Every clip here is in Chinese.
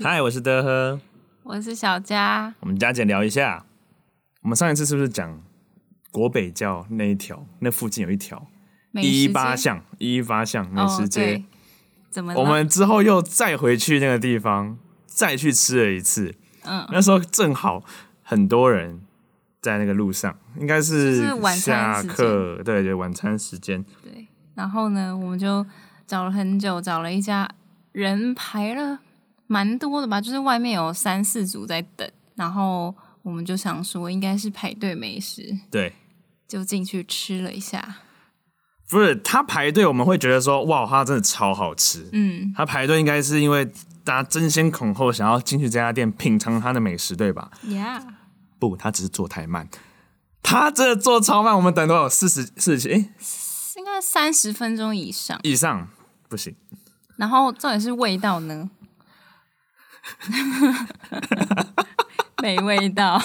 嗨，我是德和， 我是小佳。 我们加减聊一下。我们上一次是不是讲国北教那一条？那附近有一条118巷美食街。 对，怎么了？ 我们之后又再回去那个地方，再去吃了一次。那时候正好很多人在那个路上，应该是下课，对，晚餐时间。 对，然后呢，我们就找了很久，找了一家人排了蛮多的吧，就是外面有3-4组在等，然后我们就想说应该是排队美食， 对， 就进去吃了一下。 不是他排队，我们会觉得说哇，他真的超好吃。他排队应该是因为大家争先恐后想要进去这家店品尝他的美食，对吧 ？Yeah， 不，他只是做太慢，他真的做超慢，我们等多少40 应该30分钟以上不行。 然后重点是味道呢，没味道。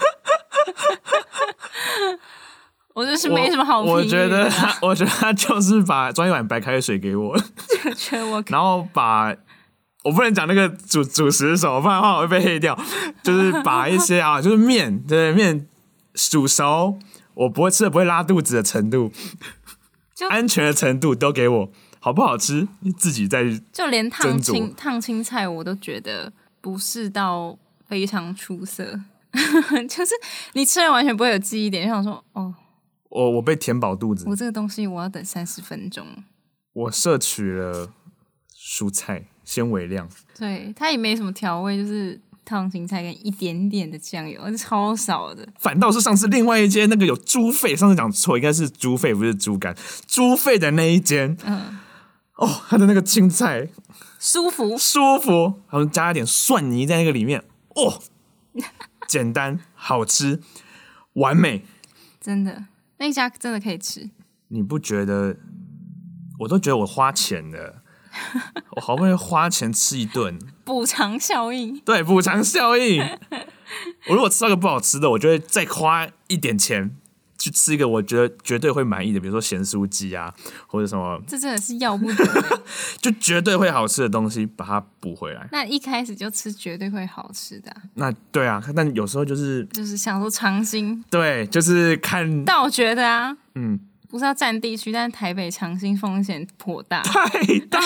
我就是没什么好评语的。 我觉得他就是把装一碗白开水给我，然后把我不能讲那个主食手，不然的话我会被黑掉。就是把一些就是面煮熟，我不会吃的不会拉肚子的程度，安全的程度都给我。好不好吃？你自己再就连烫青菜我都觉得不是到非常出色，就是你吃了完全不会有记忆点，就想说哦。 我被填饱肚子， 我这个东西我要等30分钟。我摄取了蔬菜纤维量， 对，它也没什么调味，就是烫青菜跟一点点的酱油，超少的。 反倒是上次另外一间那个有猪肺，上次讲错，应该是猪肺不是猪肝，猪肺的那一间，它的那个青菜舒服，然后加一点蒜泥在那个里面，简单好吃，完美， 真的。那一家真的可以吃， 你不觉得？我都觉得我花钱了，我好不容易花钱吃一顿， 补偿效应。 对，补偿效应。我如果吃到一个不好吃的，我就会再花一点钱去吃一个我觉得绝对会满意的，比如说咸酥鸡啊，或者什么。 这真的是要不得， 就绝对会好吃的东西把它补回来。 那一开始就吃绝对会好吃的那对啊，但有时候就是想说尝新， 对，就是看。 但我觉得不是要占地区，但是台北尝新风险颇大， 太大，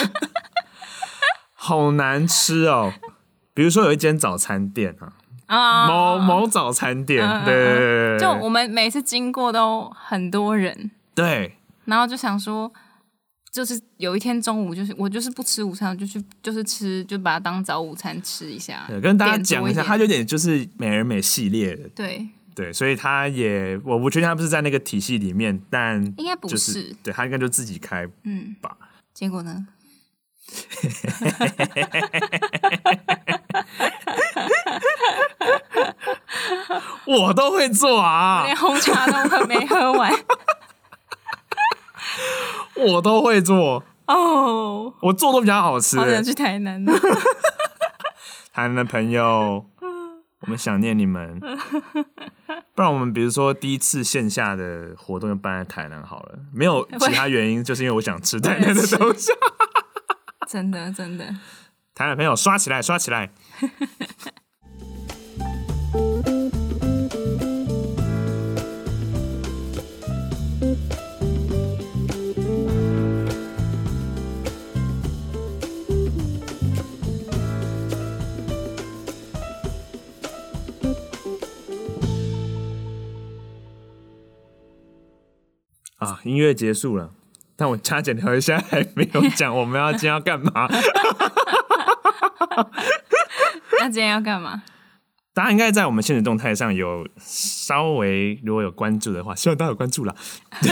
好难吃哦。比如说有一间早餐店某早餐店，对， 就我们每次经过都很多人， 对， 然后就想说，就是有一天中午，我就是不吃午餐，就是吃，就把它当早午餐吃一下。 对，跟大家讲一下，它有点就是美而美系列的，对，所以他也我不确定他不是在那个体系里面，但应该不是， 对，他应该就自己开吧。 结果呢？ 我都会做啊， 连红茶都没喝完。 我都会做哦， 我做都比较好吃。 好想去台南呢。 台南的朋友，我们想念你们。不然我们比如说第一次线下的活动就办在台南好了，没有其他原因，就是因为我想吃台南的东西。 真的， 台南的朋友刷起来！音乐结束了，但我加减聊一下还没有讲我们今天要干嘛。 那今天要干嘛？ 大家应该在我们现实动态上有稍微如果有关注的话，希望大家有关注啦。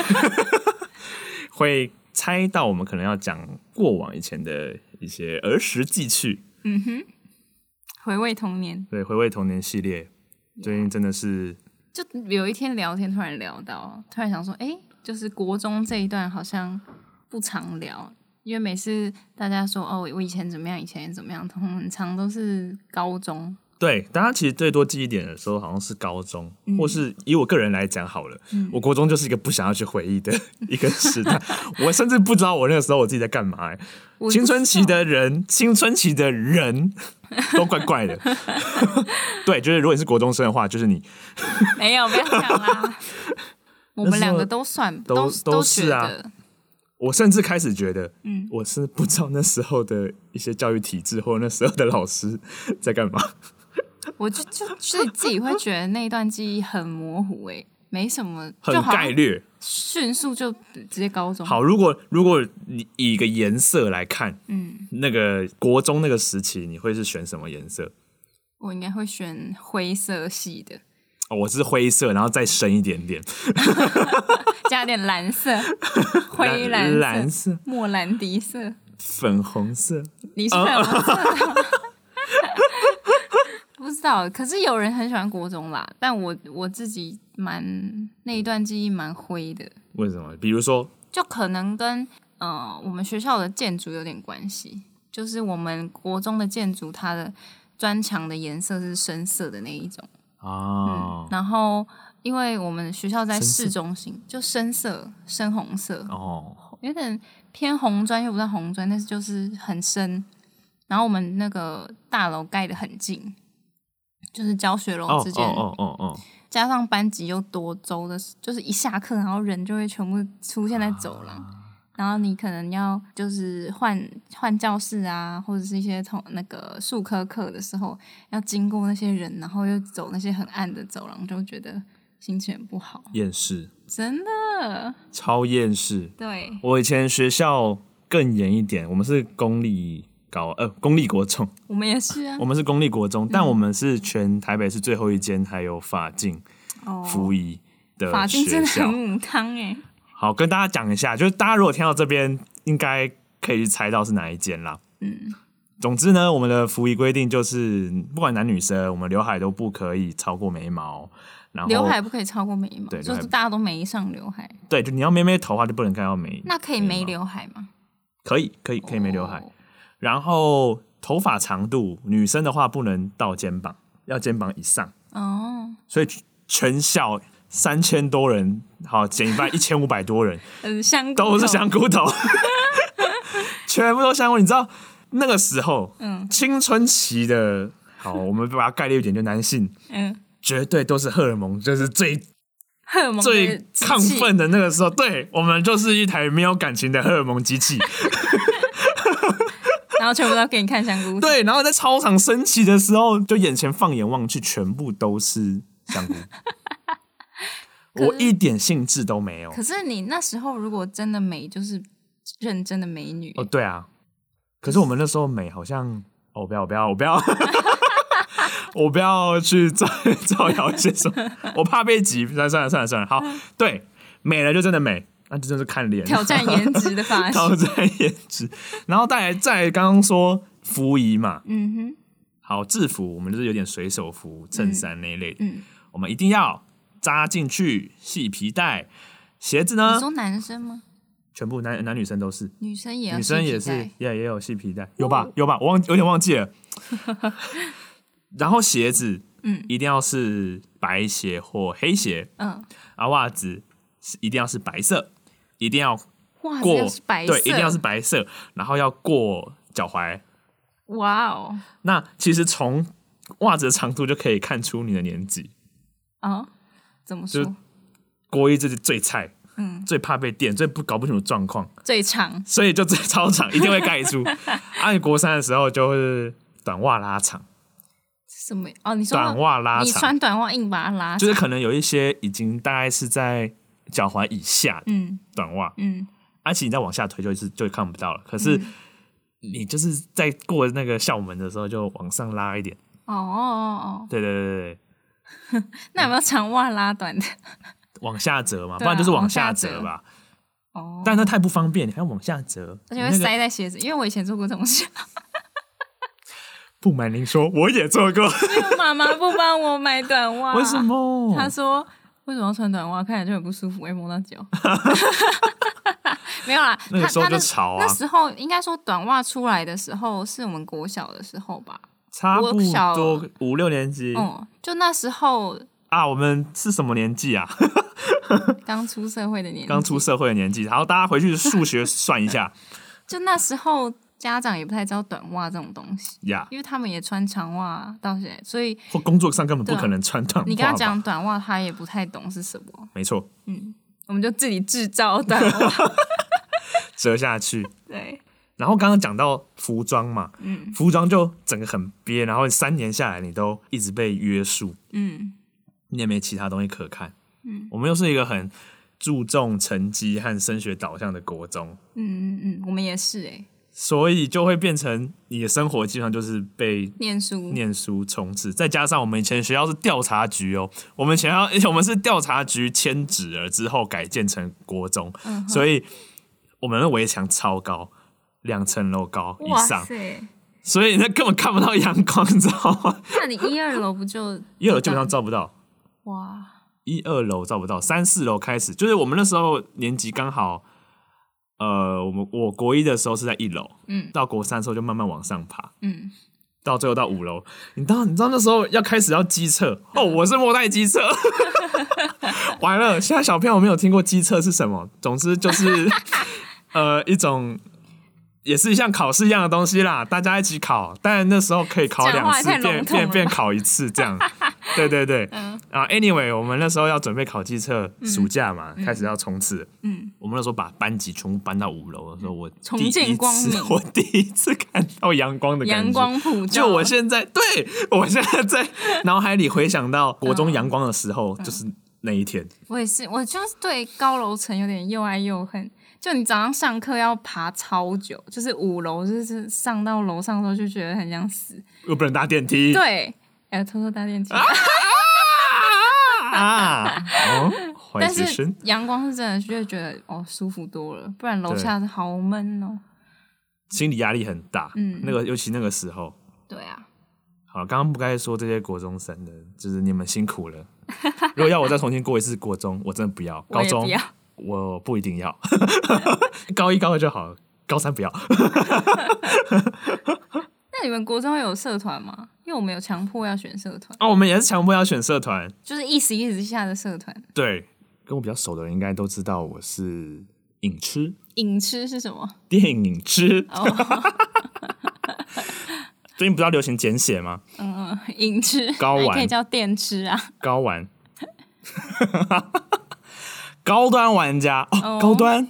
会猜到我们可能要讲过往以前的一些儿时记趣。 回味童年。 对，回味童年系列，最近真的是就有一天聊天，突然聊到，突然想说，就是国中这一段好像不常聊，因为每次大家说我以前怎么样，以前怎么样，很常都是高中对，大家其实最多记忆点的时候好像是高中，或是以我个人来讲好了，我国中就是一个不想要去回忆的一个时代，我甚至不知道我那个时候我自己在干嘛、青春期的人都怪怪的。对，就是如果你是国中生的话，就是你没有，不要讲啦。我们两个都算都是啊。我甚至开始觉得，我是不知道那时候的一些教育体制或者那时候的老师在干嘛。 我就自己会觉得那一段记忆很模糊，没什么， 很概略， 迅速就直接高中。 好，如果你以一个颜色来看，那个国中那个时期，你会是选什么颜色？ 我应该会选灰色系的。 我是灰色，然后再深一点点， 加点蓝色、灰蓝色、莫兰迪色、 粉红色。 你是粉红色的吗？不知道，可是有人很喜欢国中啦，但我自己那一段记忆蛮灰的。 为什么？比如说， 就可能跟我们学校的建筑有点关系，就是我们国中的建筑，它的砖墙的颜色是深色的那一种。然后因为我们学校在市中心，就深红色，有点偏红砖又不是红砖，但是就是很深。然后我们那个大楼盖得很近，就是教学楼之间，加上班级又多，就是一下课，然后人就会全部出现在走廊。然后你可能要就是换教室啊，或者是一些那个术科课的时候，要经过那些人，然后又走那些很暗的走廊，就觉得心情很不好， 厌世， 真的超厌世。 对， 我以前学校更严一点，我们是公立国中， 我们也是啊， 我们是公立国中，但我们是全台北市最后一间还有法禁服仪的学校， 法禁真的很母汤好，跟大家讲一下，就是大家如果听到这边，应该可以去猜到是哪一间啦。总之呢，我们的服仪规定就是，不管男女生，我们刘海都不可以超过眉毛，然后刘海不可以超过眉毛， 对， 就是大家都没上刘海。 对，就你要妹头的话，就不能看到眉。 那可以没刘海吗？ 可以没刘海。然后头发长度，女生的话不能到肩膀，要肩膀以上。所以全校3000多人，好减一半1500多人，都是香菇头，全部都香菇。你知道那个时候，青春期的，好，我们把它概略一点，就男性，绝对都是荷尔蒙，就是最亢奋的那个时候。对，我们就是一台没有感情的荷尔蒙机器。 然后全部都给你看香菇头。 对，然后在操场升旗的时候，就眼前放眼望去，全部都是香菇。我一点兴致都没有。 可是你那时候如果真的美，就是认真的美女。 对啊。可是我们那时候美好像，我不要，我不要去造谣一些什么，我怕被挤。算了。好，对，美了就真的美，那就真是看脸， 挑战颜值的发型， 挑战颜值。然后再刚刚说服仪嘛，好，制服我们就是有点水手服、衬衫那一类的，我们一定要扎进去，系皮带。鞋子呢？ 你说男生吗？ 全部男女生都是， 女生也是也有系皮带，有吧？我有点忘记了。然后鞋子，一定要是白鞋或黑鞋，袜子一定要是白色，一定要过对，一定要是白色，然后要过脚踝。 哇哦！ 那其实从袜子的长度就可以看出你的年纪。 怎么说？ 国一这是最菜，最怕被电，最搞不清楚状况， 最长， 所以就最超长，一定会盖住。你国3的时候就是短袜拉长。 什么？你说短袜拉长， 你穿短袜硬把它拉长， 就是可能有一些已经大概是在脚踝以下的短袜，而且你再往下推就看不到了。可是你就是在过那个校门的时候就往上拉一点。对。 那有没有长袜拉短的？ 往下折嘛，不然就是往下折吧。但那太不方便，你还要往下折， 而且会塞在鞋子。因为我以前做过这种事。 不瞒您说，我也做过。 妈妈不帮我买短袜， 为什么？ 她说为什么要穿短袜，看起来就很不舒服，会摸到脚。没有啦， 那个时候就潮啊。 那时候应该说短袜出来的时候，是我们国小的时候吧。 差不多5、6年级。 就那时候啊，我们是什么年纪啊？ 刚出社会的年纪。 刚出社会的年纪，然后大家回去数学算一下。 就那时候家长也不太知道短袜这种东西因为他们也穿长袜到现在，所以或工作上根本不可能穿短袜。 你跟他讲短袜，他也不太懂是什么。 没错， 我们就自己制造短袜， 折下去。 对。 然后刚刚讲到服装嘛，服装就整个很憋，然后3年下来你都一直被约束，你也没其他东西可看。我们又是一个很注重成绩和升学导向的国中， 我们也是所以就会变成你的生活基本上就是被念书充斥，再加上我们以前学校是调查局我们是调查局迁址了之后改建成国中，所以我们的围墙超高，2层楼高以上，所以那根本看不到阳光，你知道吗？ 那你1、2楼不就 1、2楼基本上照不到， 哇 ，1、2楼照不到，3、4楼开始，就是我们那时候年级刚好。我国1的时候是在1楼，到国3的时候就慢慢往上爬，到最后到5楼。你知道那时候要开始要机测我是末代机测，完了，现在小朋友没有听过机测是什么，总之就是一种也是像考试一样的东西啦，大家一起考，但那时候可以考2次，变考1次这样。对对对，anyway， 我们那时候要准备考机测，暑假嘛，开始要冲刺。我们那时候把班级全部搬到5楼的时候，我第一次看到阳光的感觉， 阳光普照。 就我现在在脑海里回想到国中阳光的时候，就是那一天。 我也是，我就是对高楼层有点又爱又恨。就你早上上课要爬超久，就是5楼，就是上到楼上的时候就觉得很想死， 又不能搭电梯。 对，偷偷搭电梯。但是阳光是真的，就会觉得舒服多了，不然楼下好闷心理压力很大。尤其那个时候。 对啊。 好，刚刚不该说这些国中生的，就是你们辛苦了。如果要我再重新过一次国中，我真的不要。高中我也不要。 我不一定要，高1、高2就好了，高3不要。 那你们国中有社团吗？因为我们有强迫要选社团。 我们也是强迫要选社团， 就是一时下的社团。 对，跟我比较熟的人应该都知道我是影痴。 影痴是什么？ 电影痴。最近不知道流行简写吗？ 影痴。 高玩可以叫电痴啊。 高玩。高端玩家高端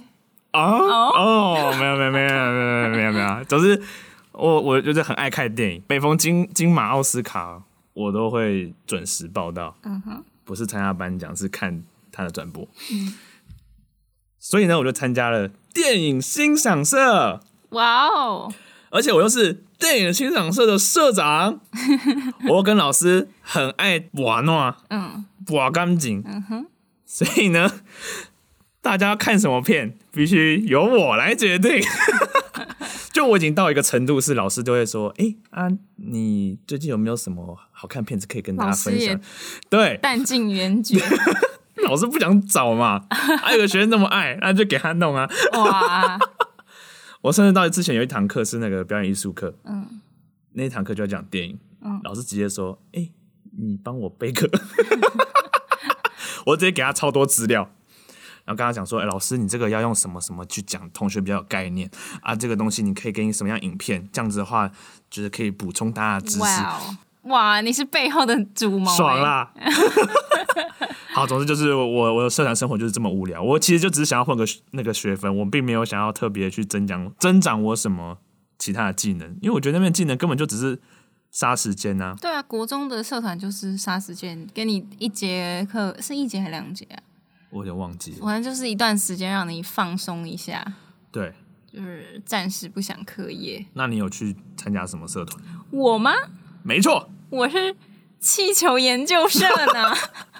没有，总之我就是很爱看电影，每逢金马奥斯卡我都会准时报到，不是参加颁奖，是看他的转播，所以呢，我就参加了电影欣赏社， 哇哦！ 而且我又是电影欣赏社的社长，我跟老师很爱玩玩干净，所以呢，大家看什么片必须由我来决定。就我已经到一个程度，是老师都会说：“你最近有没有什么好看片子可以跟大家分享？”对， 弹尽援绝。 老师不想找嘛，有个学生那么爱，那就给他弄啊。 哇！ 我甚至到之前有一堂课是那个表演艺术课，那一堂课就要讲电影，老师直接说：“你帮我备课。”我直接给他超多资料，然后跟他讲说：“老师，你这个要用什么什么去讲，同学比较有概念啊。这个东西你可以给你什么样影片，这样子的话，就是可以补充大家的知识。” 哇，你是背后的主谋， 爽啦！好，总之就是我的社团生活就是这么无聊。我其实就只是想要混个那个学分，我并没有想要特别去增长我什么其他的技能，因为我觉得那边技能根本就只是杀时间啊。 对啊，国中的社团就是杀时间，给你1节课，是1节还是2节啊？ 我有点忘记了， 反正就是一段时间让你放松一下。 对， 就是暂时不想课业。 那你有去参加什么社团？ 我吗？ 没错， 我是气球研究社呢。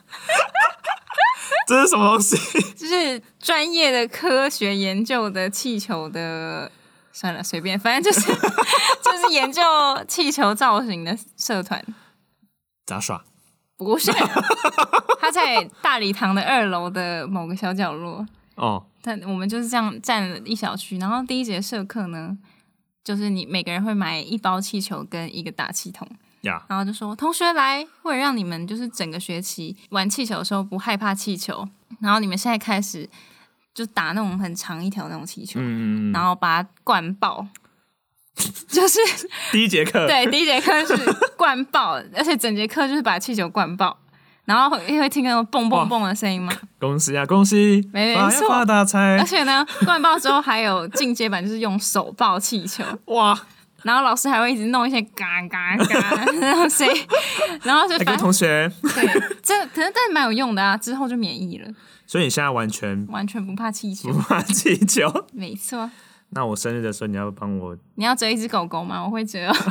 这是什么东西？ 就是专业的科学研究的气球的，算了，随便，反正就是研究气球造型的社团。 杂耍？ 不是，他在大礼堂的2楼的某个小角落。我们就是这样占了1小区，然后第1节社课呢， 就是你每个人会买1包气球跟1个打气筒。 呀、 然后就说同学来，为了让你们就是整个学期玩气球的时候不害怕气球，然后你们现在开始就打那种很长一条那种气球，然后把它灌爆，就是第一节课， 对，第一节课是灌爆，而且整节课就是把气球灌爆，然后会听那种蹦蹦蹦的声音嘛。 恭喜啊，恭喜， 没错， 发大财！ 而且呢，灌爆之后还有进阶版，就是用手抱气球， 哇！ 然后老师还会一直弄一些嘎嘎嘎那种声音，然后就各位同学， 对，这可能但是蛮有用的啊，之后就免疫了。 所以你现在完全不怕气球， 不怕气球， 没错。 那我生日的时候你要帮我， 你要折一只狗狗吗？我会折哦。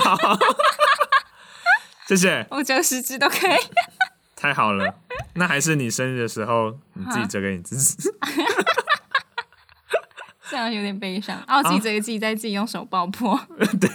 谢谢， 我折10只都可以。 太好了。那还是你生日的时候你自己折给你自己。 这样有点悲伤啊！我自己折给自己，再自己用手爆破。 对，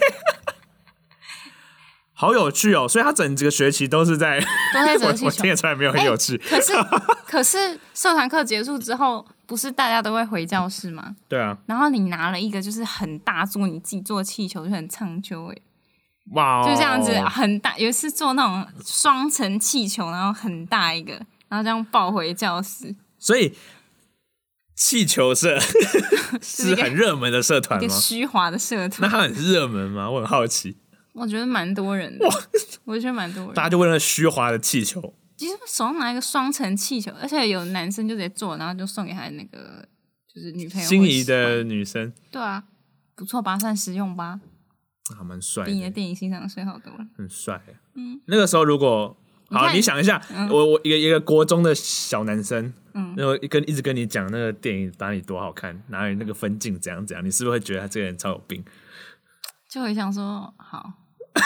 好有趣哦！所以他整个学期都在折气球， 我听得出来没有很有趣。 可是社团课结束之后，不是大家都会回教室吗？ 对啊。 然后你拿了一个就是很大做你自己做的气球，就很唱秋哎。 哇、哦！ 就这样子很大，有一次做那种双层气球，然后很大一个，然后这样抱回教室。 所以气球社是很热门的社团吗？ 一个虚华的社团。 那它很热门吗？我很好奇。 我觉得蛮多人的，我觉得蛮多人。 大家就为了虚华的气球， 其实手上拿一个双层气球，而且有男生就直接做，然后就送给他的那个就是女朋友心仪的女生。对啊，不错吧？算实用吧？ 还蛮帅的， 比你的电影欣赏税好多了。 很帅。那个时候如果好，你想一下，我一个国中的小男生，然后一直跟你讲那个电影哪里多好看，哪里那个分镜怎样怎样，你是不是会觉得他这个人超有病？ 就会想说好，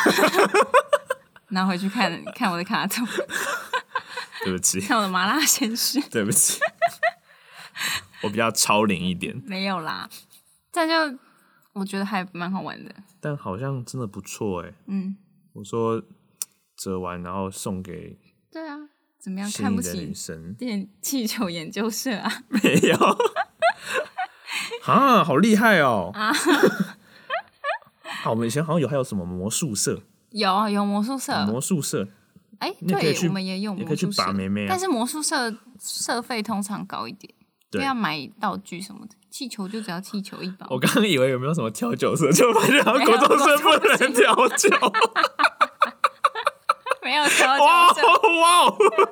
拿回去看我的卡通。 对不起， 看我的麻辣鲜师。 对不起，我比较超龄一点。 没有啦，但就我觉得还蛮好玩的。 但好像真的不错哎。我说折完然后送给对啊，怎么样看不起女生电气球研究社啊？ 没有啊，好厉害哦！我们以前好像还有什么魔术社？有魔术社， 魔术社。 哎，对，我们也有魔术社， 也可以去把妹妹啊。 但是魔术社社费通常高一点，因为要买道具什么的。气球就只要气球1包。 我刚刚以为有没有什么调酒社，就发现国中生不能调酒。 没有调酒社。 哇！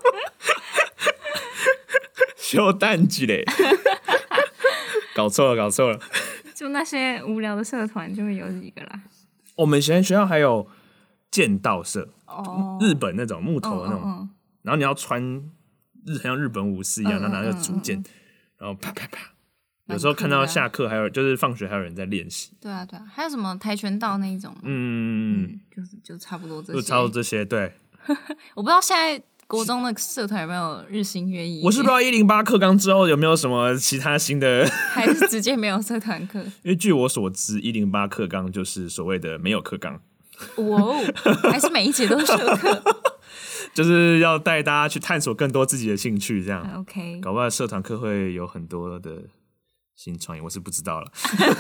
修蛋鸡嘞！搞错了。 就那些无聊的社团就会有几个啦。 我们以前学校还有剑道社，日本那种木头的那种，然后你要穿很像日本武士一样，然后拿着竹剑，然后啪啪啪。有时候看到下课还有就是放学还有人在练习。对啊， 还有什么跆拳道那一种？就差不多这些。 就差不多这些，对。 我不知道现在国中的社团有没有日新月异。 我是不知道108课纲之后有没有什么其他新的， 还是直接没有社团课？ 因为据我所知，108课纲就是所谓的没有课纲。 哇，还是每一节都是社课？ 就是要带大家去探索更多自己的兴趣，这样。 OK， 搞不好社团课会有很多的新创意，我是不知道了。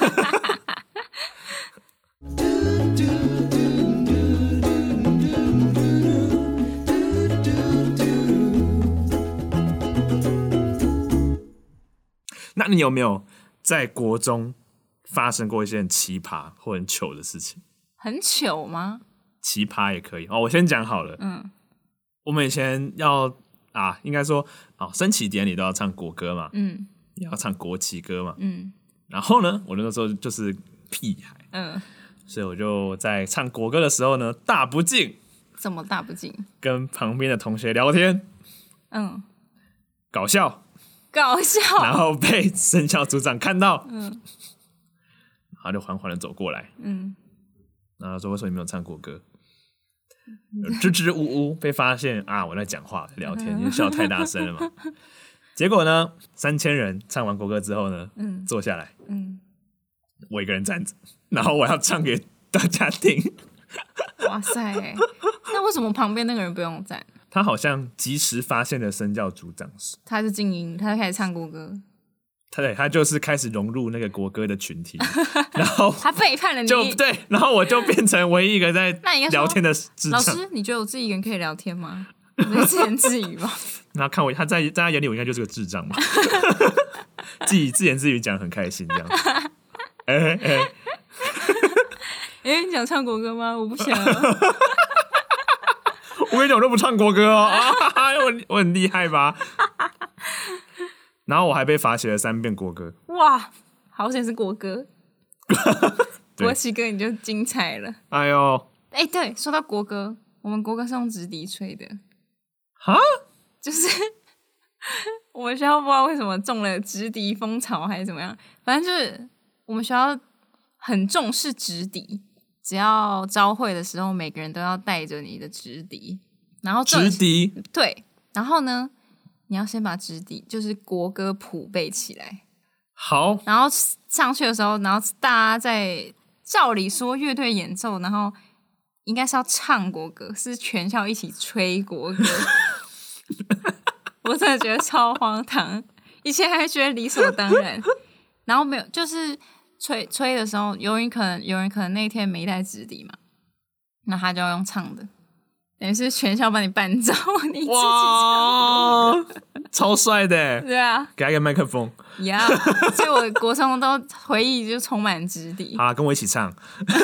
那你有没有在国中发生过一些很奇葩或很糗的事情？ 很糗吗？ 奇葩也可以哦。我先讲好了。我们以前应该说升旗典礼都要唱国歌嘛。也要唱国旗歌嘛。然后呢，我那个时候就是屁孩。所以我就在唱国歌的时候呢，大不敬。 怎么大不敬？ 跟旁边的同学聊天。搞笑，然后被生肖组长看到。然后就缓缓的走过来。然后说：“为什么你没有唱国歌？”支支吾吾，被发现我在讲话聊天，因为笑太大声了嘛。结果呢，3000人唱完国歌之后呢，坐下来，我一个人站着，然后我要唱给大家听。 哇塞！那为什么旁边那个人不用站？ 他好像及时发现了生教组长， 他是静音，他开始唱国歌。 他就是开始融入那个国歌的群体，然后他背叛了你， 对，然后我就变成唯一一个在聊天的智障。 老师，你觉得我自己一个人可以聊天吗？我在自言自语吗？ 然后看他在他眼里，我应该就是个智障嘛，自己自言自语讲得很开心这样。 你想唱国歌吗？我不想。 我跟你讲，我都不唱国歌哦，我很厉害吧？然后我还被罚写了3遍国歌。 哇，好险是国歌，国旗歌你就精彩了。 哎呦， 对，说到国歌，我们国歌是用直笛吹的。 哈？ 就是我们学校不知道为什么中了直笛风潮还是怎么样，反正就是我们学校很重视直笛，只要朝会的时候，每个人都要带着你的直笛，然后直笛对，然后呢，你要先把直笛就是国歌谱背起来， 好， 然后上去的时候，然后大家在照理说乐队演奏，然后应该是要唱国歌，是全校一起吹国歌。我真的觉得超荒唐，以前还觉得理所当然，然后没有，就是吹的时候，有人可能那天没带直笛嘛，那他就要用唱的，等于是全校帮你伴奏，你自己唱， 超帅的， 对啊， 给他一个麦克风， 呀，所以我国中都回忆就充满直笛。 好啦，跟我一起唱，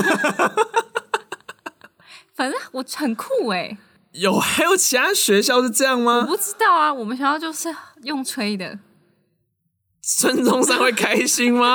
反正我很酷还有其他学校是这样吗？ 我不知道啊，我们学校就是用吹的。 孙中山会开心吗？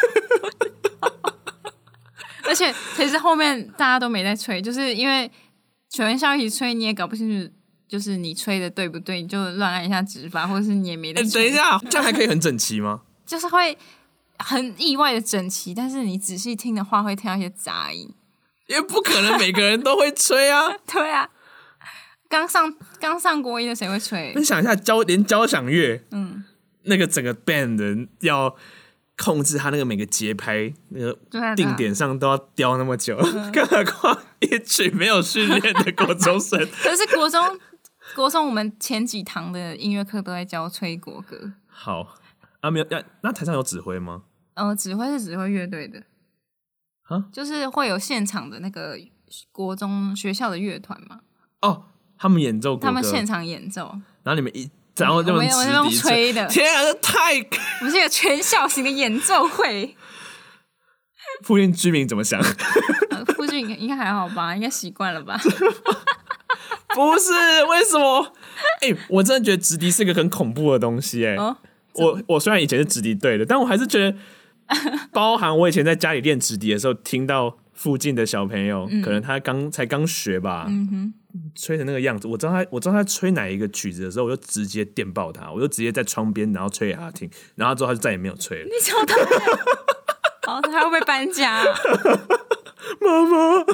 而且其实后面大家都没在吹，就是因为全校一起吹，你也搞不清楚，就是你吹的对不对，你就乱按一下指法，或者是你也没在吹。 等一下，这样还可以很整齐吗？ 就是会很意外的整齐，但是你仔细听的话，会听到一些杂音。 因为不可能每个人都会吹啊。 对啊。刚上国一的谁会吹？ 你想一下，连交响乐，那个整个 band 要控制他那个每个节拍，那个定点上都要雕那么久，更何况一群没有训练的国中生。 可是国中我们前几堂的音乐课都在教吹国歌。 好啊，没有那台上有指挥吗？ 指挥是指挥乐队的，就是会有现场的那个国中学校的乐团嘛。 哦。他们演奏国歌， 他们现场演奏， 然后你们然后就用吹的， 天啊，这太…… 我们是一个全校型的演奏会。 附近居民怎么想？ 附近应该还好吧，应该习惯了吧？ 不是，为什么？我真的觉得直笛是个很恐怖的东西我虽然以前是直笛队的，但我还是觉得，包含我以前在家里练直笛的时候，听到附近的小朋友，可能他才刚学吧。吹成那个样子，我知道他吹哪一个曲子的时候，我就直接电爆他，我就直接在窗边，然后吹给他听，然后之后他就再也没有吹了。 你超讨厌！他会不会搬家？ 妈妈，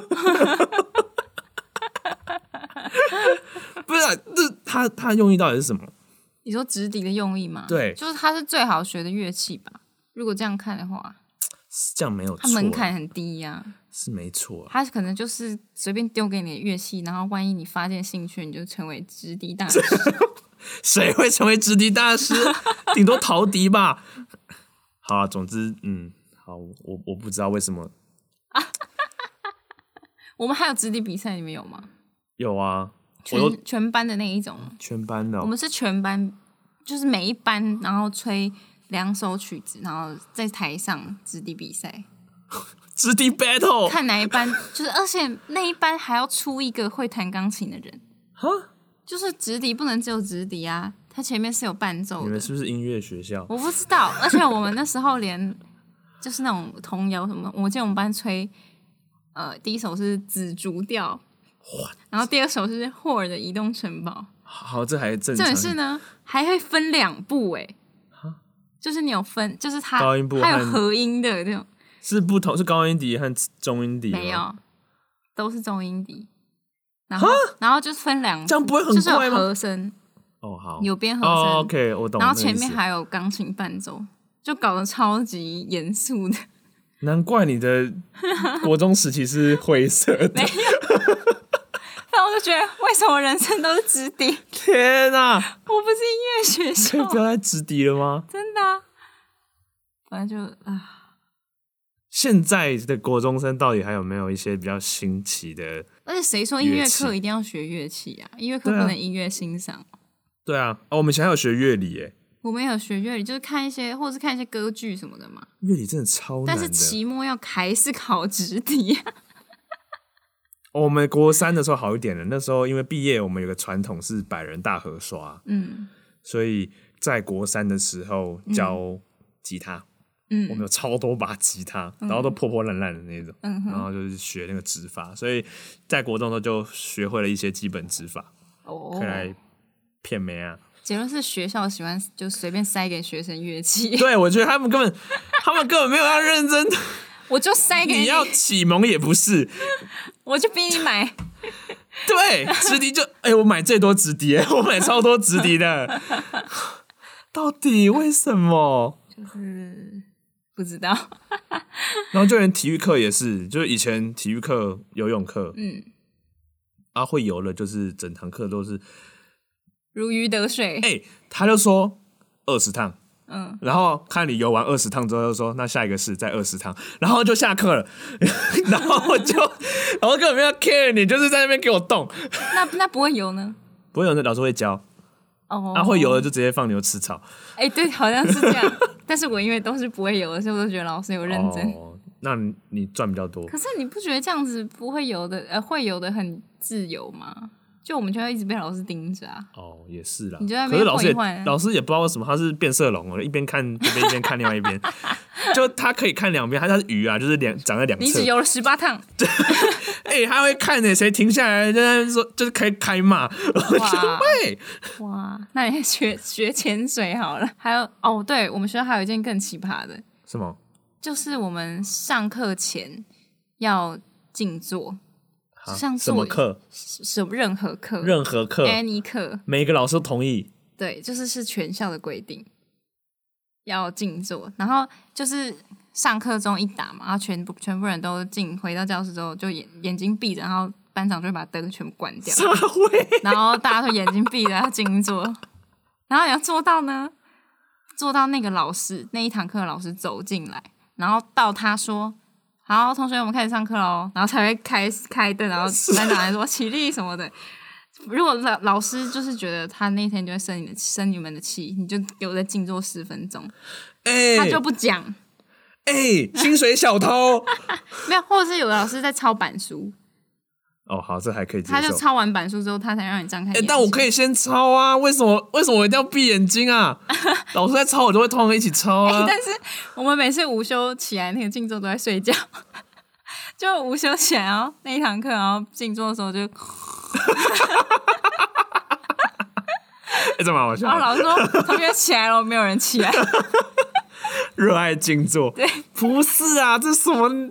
不是他用意到底是什么？ 你说直笛的用意吗？ 对， 就是它是最好学的乐器吧？如果这样看的话， 这样没有错， 它门槛很低呀。 是没错， 他可能就是随便丢给你的乐器，然后万一你发现兴趣，你就成为直笛大师。 谁会成为直笛大师？顶多陶笛吧。好啊，总之，好，我不知道为什么。 我们还有直笛比赛，你们有吗？ 有啊， 全班的那一种。 全班的我们是全班，就是每一班，然后吹2首曲子，然后在台上直笛比赛。 直笛 battle， 看哪一班，就是而且那一班还要出一个会弹钢琴的人，就是直笛不能只有直笛啊，它前面是有伴奏的。 你们是不是音乐学校？ 我不知道，而且我们那时候连就是那种童谣什么，我记得我们班吹，第一首是紫竹调，然后第二首是霍尔的移动城堡。 好，这还正常。 这是呢，还会分2部就是你有分，就是它高音部还有合音的这种。 是不同，是高音笛和中音笛吗？ 没有，都是中音笛。然后就是分2， 这样不会很就是有怪吗？ 和声好， 有边和声。 OK， 我懂。 然后前面还有钢琴伴奏，就搞得超级严肃的。 难怪你的国中时期是灰色的。 没有。但我就觉得，为什么人生都是直笛？ 天哪！ 我不是音乐学校， 可以不要再直笛了吗？ 真的啊。 反正就现在的国中生到底还有没有一些比较新奇的？ 而且谁说音乐课一定要学乐器啊？音乐课不能音乐欣赏。 对啊，我们以前还有学乐理耶。 我们有学乐理，就是看一些，或者是看一些歌剧什么的嘛。 乐理真的超难的， 但是期末要还是考直题。 我们国三的时候好一点了，那时候因为毕业，我们有个传统是百人大合刷，所以在国三的时候教吉他。我们有超多把吉他，然后都破破烂烂的那种，然后就是学那个指法，所以在国中的时候就学会了一些基本指法，可以来骗妹啊。 结论是学校喜欢就随便塞给学生乐器。 对，我觉得他们根本没有要认真。 我就塞给你要启蒙也不是， 我就逼你买。 对，直笛就我买最多直笛，我买超多直笛的。到底为什么？ 就是不知道。 然后就连体育课也是，就是以前体育课、游泳课，会游了，就是整堂课都是如鱼得水。 他就说20趟，然后看你游完20趟之后，就说那下一个是再20趟，然后就下课了，然后根本没有 care 你，就是在那边给我动。 那不会游呢？ 不会游的老师会教。会游的就直接放牛吃草。 对，好像是这样。但是我因为都是不会游的，所以我都觉得老师有认真。 那你赚比较多。 可是你不觉得这样子不会游的，会游的很自由吗？就我们就要一直被老师盯着啊。 也是啦。 你就在那边换一换。 老师也不知道为什么他是变色龙，一边看这边一边看另外一边，就他可以看两边，他是鱼啊，就是长在两侧。 你只游了18趟。 他会看谁停下来，就在说就是开骂。 哇，那你学潜水好了。还有对，我们学校还有一件更奇葩的。 什么？ 就是我们上课前要静坐。像什么课？ 任何课，any 课， 每个老师都同意。 对，是全校的规定，要静坐。然后就是上课钟一打嘛，然后全部人都回到教室之后，就眼睛闭着，然后班长就会把灯全部关掉，然后大家都眼睛闭着要静坐。然后你要做到那个老师那一堂课的老师走进来，然后到他说。好，同学，我们开始上课咯，然后才会开灯，然后班长还说起立什么的。如果老师就是觉得他那天就会生你们的气，你就给我再静坐10分钟，他就不讲。 薪水小偷。 没有，或者是有的老师在抄板书。 好，这还可以接受。 他就抄完板书之后，他才让你张开眼睛。 但我可以先抄啊，为什么我一定要闭眼睛啊？老师在抄，我就会通常一起抄啊。 但是我们每次午休起来，那个静坐都在睡觉。就午休起来，然后那一堂课，然后静坐的时候就， 这蛮好笑。 然后老师说同学起来了，没有人起来。 热爱静坐， 对， 不是啊，这是什么？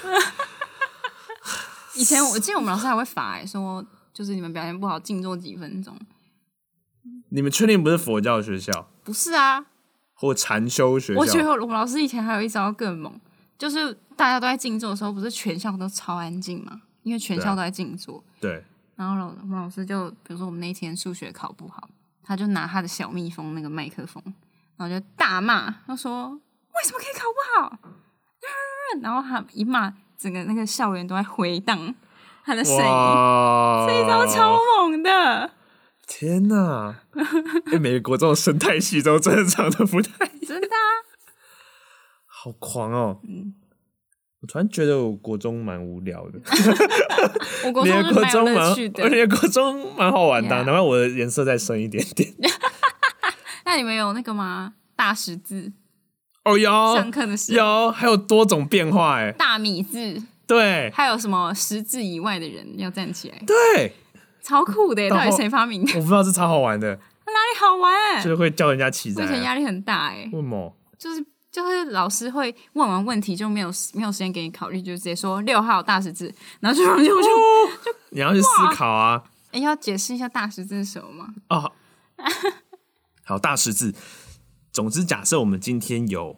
以前我记得我们老师还会罚说，就是你们表现不好，静坐几分钟。 你们确定不是佛教学校？ 不是啊， 或禅修学校。 我觉得我们老师以前还有一招更猛，就是大家都在静坐的时候，不是全校都超安静嘛？因为全校都在静坐。 对。 然后我们老师就，比如说我们那天数学考不好，他就拿他的小蜜蜂那个麦克风，然后就大骂，他说为什么可以考不好？然后他一骂。整个那个校园都在回荡他的声音，这一招超猛的！ 天哪！美国这种生态系都真的长得不太一样， 真的啊， 好狂哦！我突然觉得我国中蛮无聊的， 我国中是蛮有乐趣的， 而且国中蛮好玩的，难怪我的颜色再深一点点。 那你们有那个吗？大十字？ 有上课的时候有，还有多种变化大米字， 对， 还有什么10字以外的人要站起来， 对， 超酷的，到底谁发明的？ 我不知道，这超好玩的， 哪里好玩？ 就是会叫人家起来， 我以前压力很大为什么？ 就是老师会问完问题就没有时间给你考虑，就直接说6号大十字，然后就你要去思考啊！ 要解释一下大十字是什么吗？ 好，大十字。总之，假设我们今天有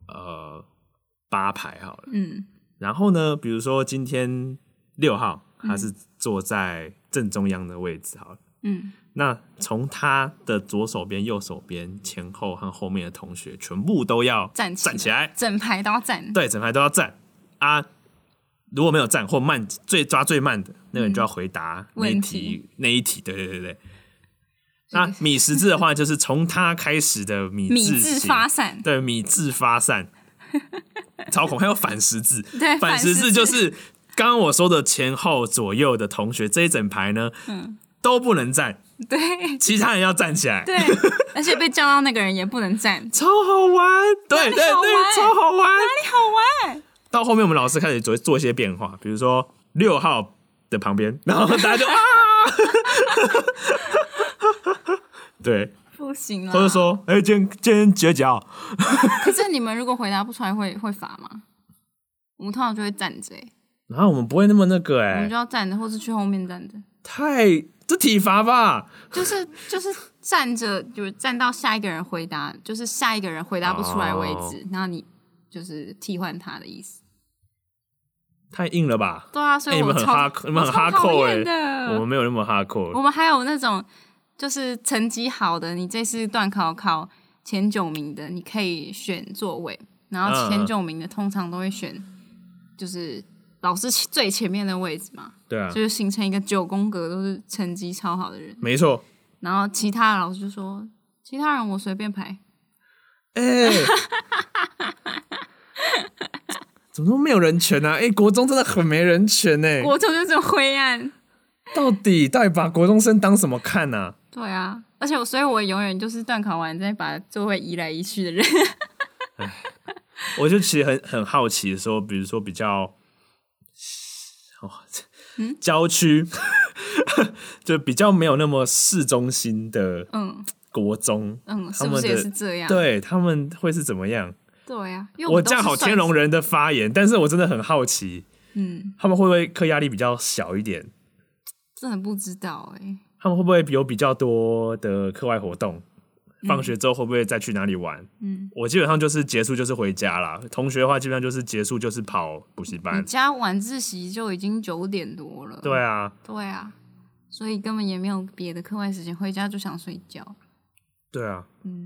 8排好了，然后呢，比如说今天6号他是坐在正中央的位置好了， 那从他的左手边、右手边、前后和后面的同学全部都要站起来， 整排都要站。 对，整排都要站啊！如果没有站或慢，抓最慢的那个人就要回答那一题。对。那米十字的话，就是从他开始的米字发散， 对，米字发散，超恐！还有反十字， 对， 反十字就是刚刚我说的前后左右的同学这一整排呢，都不能站。 对， 其他人要站起来。 对，而且被叫到那个人也不能站， 超好玩。对，超好玩。 哪里好玩？ 到后面我们老师开始做一些变化，比如说6号的旁边，然后大家就啊，对， 不行了。 或者说，今天绝交。 可是你们如果回答不出来会罚吗？我们通常就会站着。 然后我们不会那么那个我们就要站着，或是去后面站着。 这体罚吧？ 就是站着，就是站到下一个人回答，就是下一个人回答不出来为止，然后你就是替换他的意思。 太硬了吧？ 对啊，所以你们很哈扣我们没有那么哈扣。 我们还有那种就是成绩好的，你这次段考前9名的，你可以选座位，然后前9名的通常都会选就是老师最前面的位置嘛。 对啊， 就是形成一个9宫格，都是成绩超好的人。 没错。 然后其他的老师就说，其他人我随便排。 怎么都没有人权啊？国中真的很没人权欸。 国中就是灰暗。 到底把国中生当什么看啊？ 对啊，而且所以我永远就是段考完再把座位移来移去的人。 我就其实很好奇的时候，比如说比较郊区，就比较没有那么市中心的国中， 是不是也是这样？ 对，他们会是怎么样？ 对啊，因为我这样好天龙人的发言，但是我真的很好奇，他们会不会课压力比较小一点？ 真的不知道他们会不会有比较多的课外活动？放学之后会不会再去哪里玩？我基本上就是结束就是回家啦。同学的话，基本上就是结束就是跑补习班。 你家晚自习就已经9点多了。 对啊， 所以根本也没有别的课外时间，回家就想睡觉。 对啊，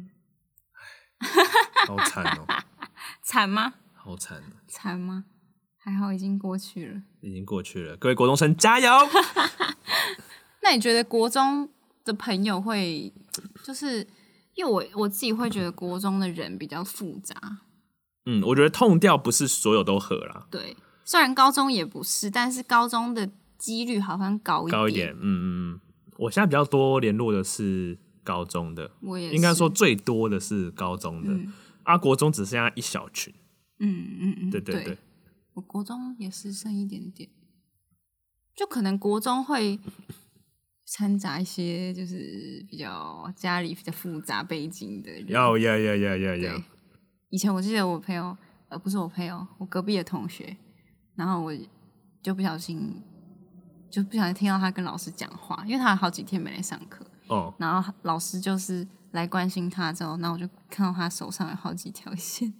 好惨哦。 惨吗？ 好惨。 惨吗？还好已经过去了。 已经过去了，各位国中生加油！ 那你觉得国中的朋友会就是因为我自己会觉得国中的人比较复杂。 我觉得痛调不是所有都合啦。 对，虽然高中也不是，但是高中的几率好像高一点。 我现在比较多联络的是高中的， 我也是， 应该说最多的是高中的，国中只剩下一小群。对， 我国中也是剩一点点，就可能国中会掺杂一些就是比较家里比较复杂背景的人。 要。 以前我记得我朋友，不是我朋友，我隔壁的同学，然后我就不小心听到他跟老师讲话，因为他有好几天没来上课。然后老师就是来关心他之后，然后我就看到他手上有好几条线。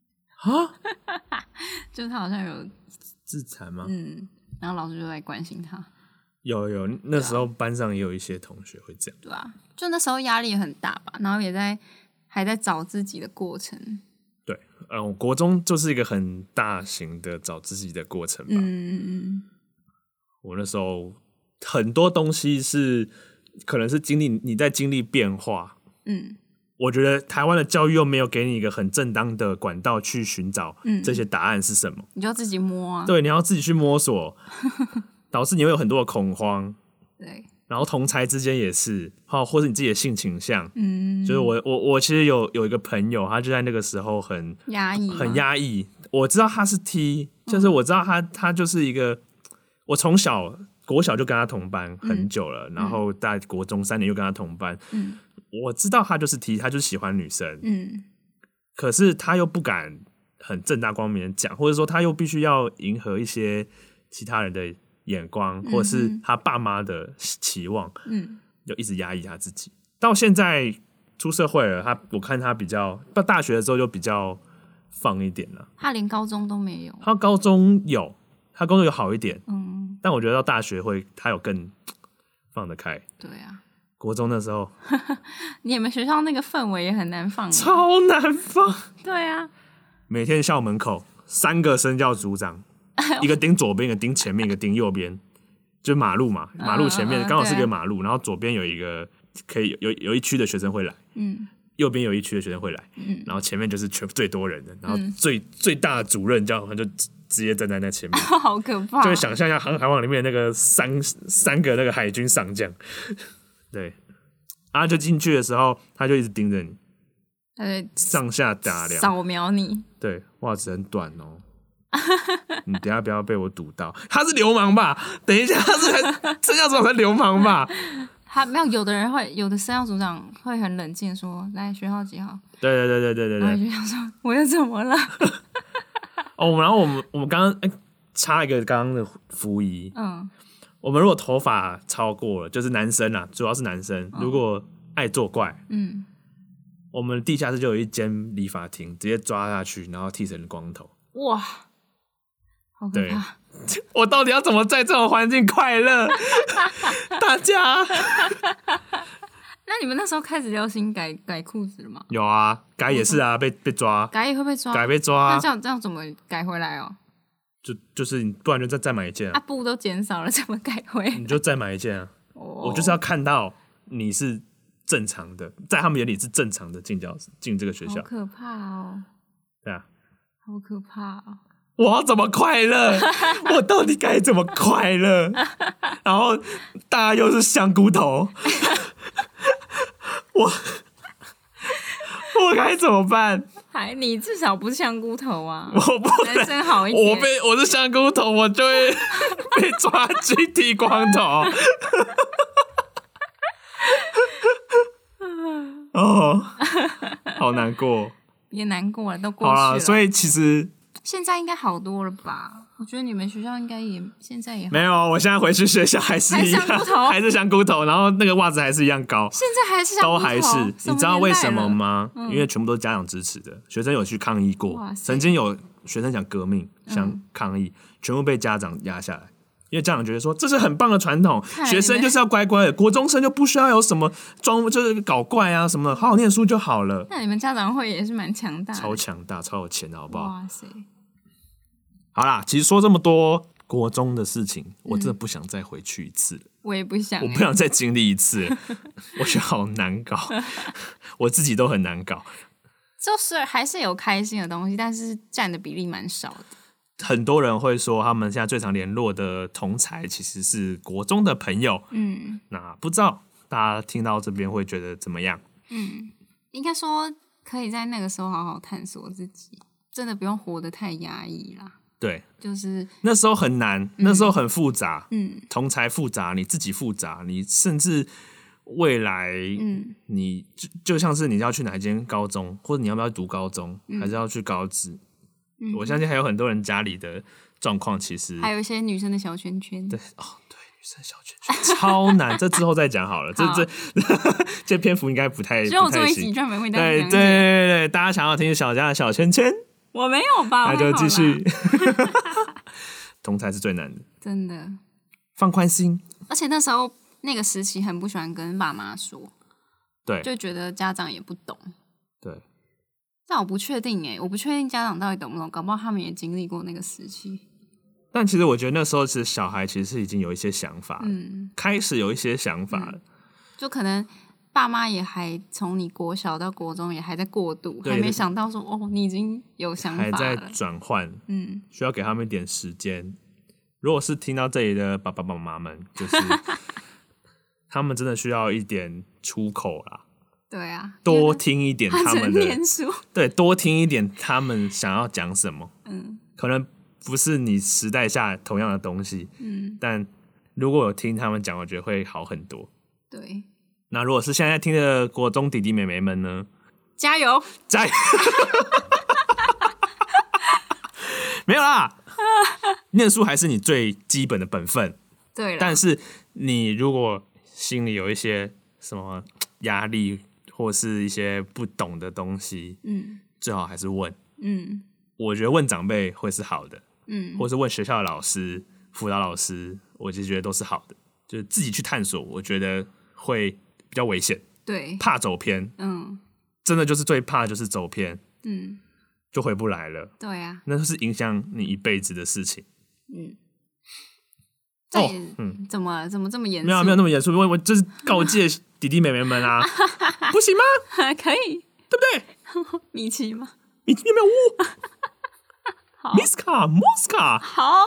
就是他好像有自残吗？ 然后老师就来关心他。 有，那时候班上也有一些同学会这样。 对啊，就那时候压力也很大吧，然后还在找自己的过程。 对，国中就是一个很大型的找自己的过程吧。我那时候很多东西是可能是你在经历变化。我觉得台湾的教育又没有给你一个很正当的管道去寻找这些答案是什么， 你就要自己摸啊。 对，你要自己去摸索，导致你会有很多的恐慌。 对， 然后同侪之间也是，或是你自己的性倾向。就是我其实有一个朋友，他就在那个时候很压抑。我知道他是 T， 就是我知道他就是一个，我从国小就跟他同班很久了，然后在国中3年又跟他同班。我知道他就是 T， 他就是喜欢女生。可是他又不敢很正大光明的讲，或者说他又必须要迎合一些其他人的眼光，或者是他爸妈的期望，就一直压抑他自己。到现在出社会了，我看他比较到大学的时候就比较放一点了。 他连高中都没有， 他高中有好一点，但我觉得到大学他有更放得开。 对啊， 国中的时候， 你们学校那个氛围也很难放， 超难放。 对啊， 每天校门口3个生教组长，一个盯左边，一个盯前面，一个盯右边，就马路嘛，马路前面刚好是一个马路，然后左边有一个可以有一区的学生会来，右边有一区的学生会来，然后前面就是最多人的，然后最大的主任他就直接站在那前面， 好可怕！ 就会想象一下《航海王》里面那个三个那个海军上将，对，就进去的时候，他就一直盯着你，上下打量， 扫描你， 对，袜子很短哦。你等一下不要被我堵到，他是流氓吧？等一下，他是生教组长才流氓吧？ 他没有，有的人会，有的生教组长会很冷静说：“来，学号几号？” 对。 然后就想说：“我又怎么了？” 然后我们刚刚插一个刚刚的服仪，我们如果头发超过了，就是男生啦，主要是男生，如果爱作怪，我们地下室就有一间理发厅，直接抓下去，然后剃成光头。 哇，好可怕！ 我到底要怎么在这种环境快乐？大家， 那你们那时候开始流行改裤子了吗？ 有啊，改也是啊，被抓， 改也会被抓， 改被抓。 那这样怎么改回来哦？ 就是你，不然就再买一件啊。 布都减少了，怎么改回？ 你就再买一件啊。我就是要看到你是正常的，在他们眼里是正常的进这个学校。 好可怕哦！ 对啊， 好可怕哦！ 我要怎么快乐？我到底该怎么快乐？然后大家又是香菇头，我该怎么办？ 你至少不是香菇头啊！ 我不能， 真好一点。 我是香菇头，我就会被抓去剃光头。哦，好难过。 别难过了，都过去了。 所以其实现在应该好多了吧？我觉得你们学校应该现在也好没有。我现在回去学校还是一样，还是香菇头，然后那个袜子还是一样高。 现在还是香菇头， 都还是。你知道为什么吗？因为全部都是家长支持的，学生有去抗议过，曾经有学生想革命，想抗议，全部被家长压下来。因为家长觉得说这是很棒的传统，学生就是要乖乖的，国中生就不需要有什么就是搞怪啊什么的，好好念书就好了。 那你们家长会也是蛮强大的， 超强大，超有钱的好不好？ 哇塞！ 好啦，其实说这么多国中的事情，我真的不想再回去一次了。 我也不想， 我不想再经历一次了。我觉得好难搞，我自己都很难搞。 就是还是有开心的东西，但是占的比例蛮少的。 很多人会说，他们现在最常联络的同侪其实是国中的朋友。那不知道大家听到这边会觉得怎么样？ 应该说可以在那个时候好好探索自己，真的不用活得太压抑啦。 对， 就是那时候很难，那时候很复杂。同侪复杂，你自己复杂，你甚至未来，你就像是你要去哪一间高中，或者你要不要读高中，还是要去高职。我相信还有很多人家里的状况，其实还有一些女生的小圈圈。 对，女生小圈圈超难，这之后再讲好了。这篇幅应该不太，只有做一集专门为大家讲解。 对，大家想要听小佳的小圈圈， 我没有吧？ 那就继续。同侪是最难的， 真的。 放宽心。 而且那时候那个时期很不喜欢跟爸妈说， 对， 就觉得家长也不懂。 对。 但我不确定我不确定家长到底懂不懂，搞不好他们也经历过那个时期。 但其实我觉得那时候其实小孩其实是已经有一些想法了，开始有一些想法了， 就可能爸妈也还从你国小到国中也还在过渡，还没想到说你已经有想法了， 还在转换，需要给他们一点时间。如果是听到这里的爸爸妈妈们，就是他们真的需要一点出口啦。 对啊， 多听一点他们的， 对， 多听一点他们想要讲什么。可能不是你时代下同样的东西，但如果有听他们讲，我觉得会好很多。 对， 那如果是现在听的国中弟弟妹妹们呢？ 加油， 加油！没有啦，念书还是你最基本的本分。 对， 但是你如果心里有一些什么压力，或是一些不懂的东西，最好还是问。我觉得问长辈会是好的，或是问学校的老师、辅导老师，我就觉得都是好的。就是自己去探索，我觉得会比较危险， 对， 怕走偏，真的就是最怕就是走偏，就回不来了。 对啊， 那就是影响你一辈子的事情。 怎么这么严肃？ 没有那么严肃，我就是告诫弟弟妹妹们啊，不行吗？ 可以， 对不对？ 米奇吗？ 米奇妙屋，Miska Moska， 好。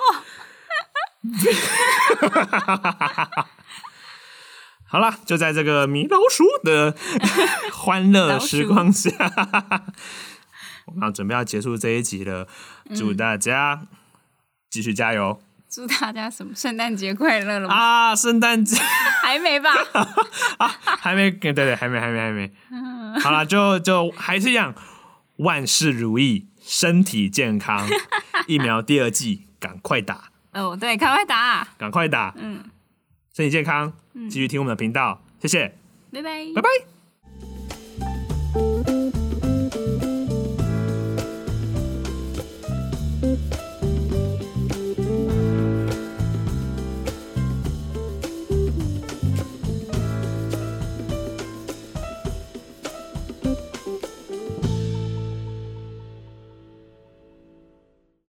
好啦，就在这个米老鼠的欢乐时光下，我们要准备要结束这一集了。祝大家继续加油！ 祝大家什么圣诞节快乐了吗？ 啊，圣诞节还没吧？ 还没，对，还没。好啦，就还是一样，万事如意，身体健康，疫苗第2剂赶快打。 对，赶快打。 身体健康，继续听我们的频道，谢谢， 拜拜。